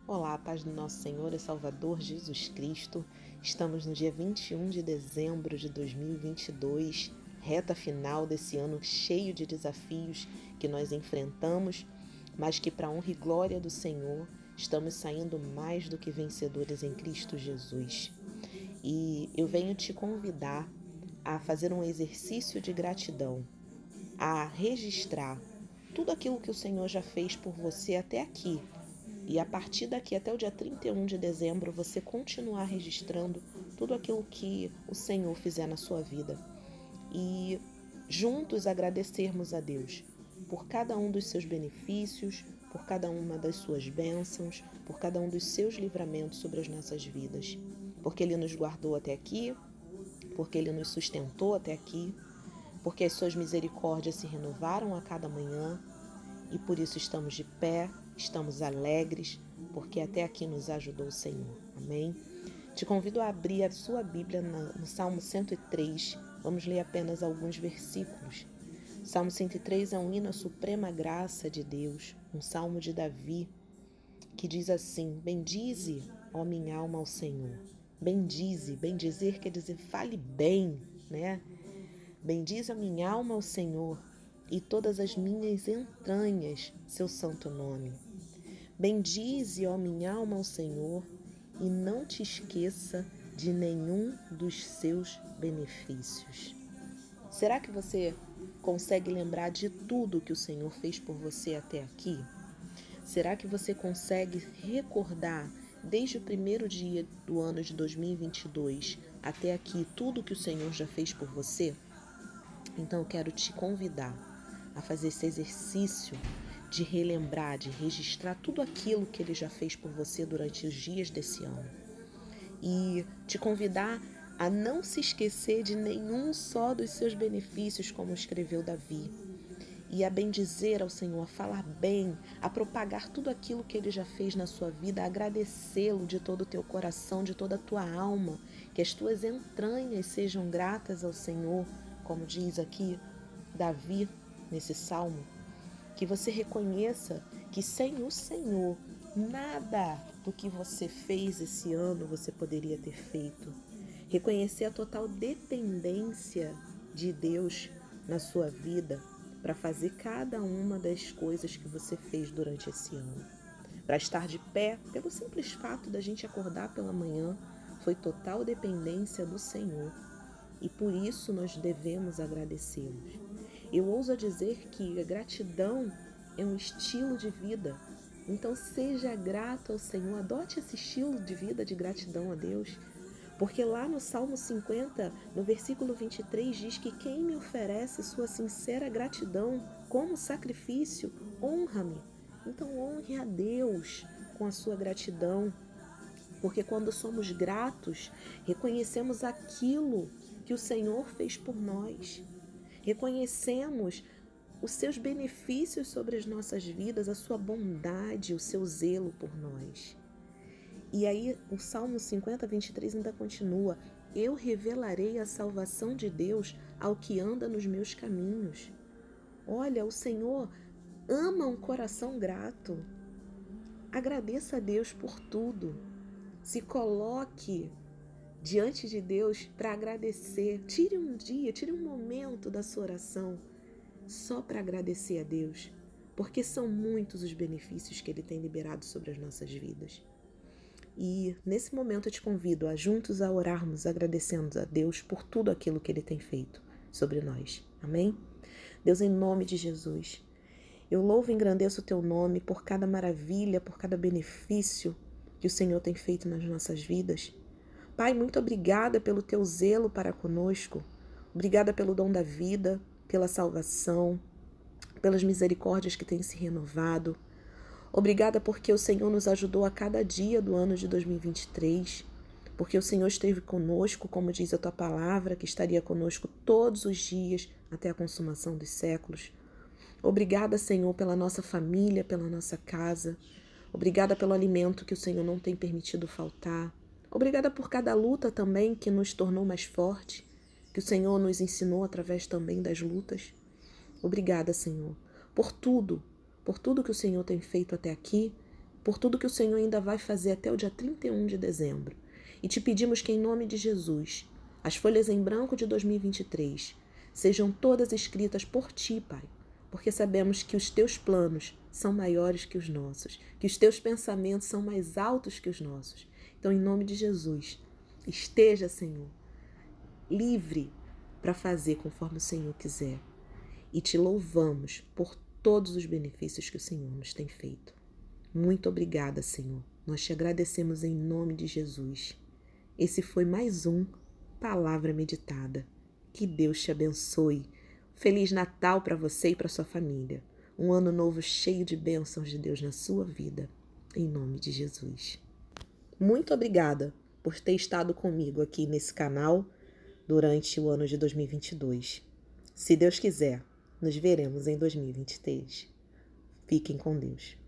Olá, a paz do nosso Senhor e Salvador Jesus Cristo. Estamos no dia 21 de dezembro de 2022, reta final desse ano cheio de desafios que nós enfrentamos, mas que, para honra e glória do Senhor, estamos saindo mais do que vencedores em Cristo Jesus. E eu venho te convidar a fazer um exercício de gratidão, a registrar tudo aquilo que o Senhor já fez por você até aqui. E a partir daqui até o dia 31 de dezembro, você continuar registrando tudo aquilo que o Senhor fizer na sua vida. E juntos agradecermos a Deus por cada um dos seus benefícios, por cada uma das suas bênçãos, por cada um dos seus livramentos sobre as nossas vidas. Porque Ele nos guardou até aqui, porque Ele nos sustentou até aqui, porque as suas misericórdias se renovaram a cada manhã, e por isso estamos de pé, estamos alegres, porque até aqui nos ajudou o Senhor. Amém? Te convido a abrir a sua Bíblia no Salmo 103. Vamos ler apenas alguns versículos. Salmo 103 é um hino à suprema graça de Deus, um salmo de Davi, que diz assim: bendize, ó minha alma, ao Senhor. Bendize, bendizer quer dizer fale bem, né? Bendize a minha alma ao Senhor e todas as minhas entranhas, seu santo nome. Bendize, ó minha alma, ao Senhor, e não te esqueça de nenhum dos seus benefícios. Será que você consegue lembrar de tudo que o Senhor fez por você até aqui? Será que você consegue recordar desde o primeiro dia do ano de 2022 até aqui tudo que o Senhor já fez por você? Então eu quero te convidar a fazer esse exercício de relembrar, de registrar tudo aquilo que Ele já fez por você durante os dias desse ano. E te convidar a não se esquecer de nenhum só dos seus benefícios, como escreveu Davi. E a bendizer ao Senhor, a falar bem, a propagar tudo aquilo que Ele já fez na sua vida, a agradecê-lo de todo o teu coração, de toda a tua alma, que as tuas entranhas sejam gratas ao Senhor, como diz aqui Davi nesse salmo, que você reconheça que sem o Senhor, nada do que você fez esse ano você poderia ter feito. Reconhecer a total dependência de Deus na sua vida para fazer cada uma das coisas que você fez durante esse ano. Para estar de pé, pelo simples fato da gente acordar pela manhã, foi total dependência do Senhor. E por isso nós devemos agradecê-los. Eu ouso dizer que a gratidão é um estilo de vida. Então seja grato ao Senhor, adote esse estilo de vida de gratidão a Deus. Porque lá no Salmo 50, no versículo 23, diz que quem me oferece sua sincera gratidão como sacrifício, honra-me. Então honre a Deus com a sua gratidão. Porque quando somos gratos, reconhecemos aquilo que o Senhor fez por nós. Reconhecemos os seus benefícios sobre as nossas vidas, a sua bondade, o seu zelo por nós. E aí o Salmo 50, 23 ainda continua: eu revelarei a salvação de Deus ao que anda nos meus caminhos. Olha, o Senhor ama um coração grato. Agradeça a Deus por tudo. Se coloque diante de Deus para agradecer. Tire um dia, tire um momento da sua oração só para agradecer a Deus, porque são muitos os benefícios que Ele tem liberado sobre as nossas vidas. E nesse momento eu te convido a juntos a orarmos agradecendo a Deus por tudo aquilo que Ele tem feito sobre nós. Amém? Deus, em nome de Jesus, eu louvo e engrandeço o Teu nome por cada maravilha, por cada benefício que o Senhor tem feito nas nossas vidas. Pai, muito obrigada pelo Teu zelo para conosco. Obrigada pelo dom da vida, pela salvação, pelas misericórdias que têm se renovado. Obrigada porque o Senhor nos ajudou a cada dia do ano de 2023, porque o Senhor esteve conosco, como diz a Tua palavra, que estaria conosco todos os dias até a consumação dos séculos. Obrigada, Senhor, pela nossa família, pela nossa casa. Obrigada pelo alimento que o Senhor não tem permitido faltar. Obrigada por cada luta também que nos tornou mais forte, que o Senhor nos ensinou através também das lutas. Obrigada, Senhor, por tudo que o Senhor tem feito até aqui, por tudo que o Senhor ainda vai fazer até o dia 31 de dezembro. E te pedimos que, em nome de Jesus, as folhas em branco de 2023 sejam todas escritas por Ti, Pai, porque sabemos que os Teus planos são maiores que os nossos, que os Teus pensamentos são mais altos que os nossos. Então, em nome de Jesus, esteja, Senhor, livre para fazer conforme o Senhor quiser. E te louvamos por todos os benefícios que o Senhor nos tem feito. Muito obrigada, Senhor. Nós te agradecemos em nome de Jesus. Esse foi mais um Palavra Meditada. Que Deus te abençoe. Feliz Natal para você e para sua família. Um ano novo cheio de bênçãos de Deus na sua vida. Em nome de Jesus. Muito obrigada por ter estado comigo aqui nesse canal durante o ano de 2022. Se Deus quiser, nos veremos em 2023. Fiquem com Deus.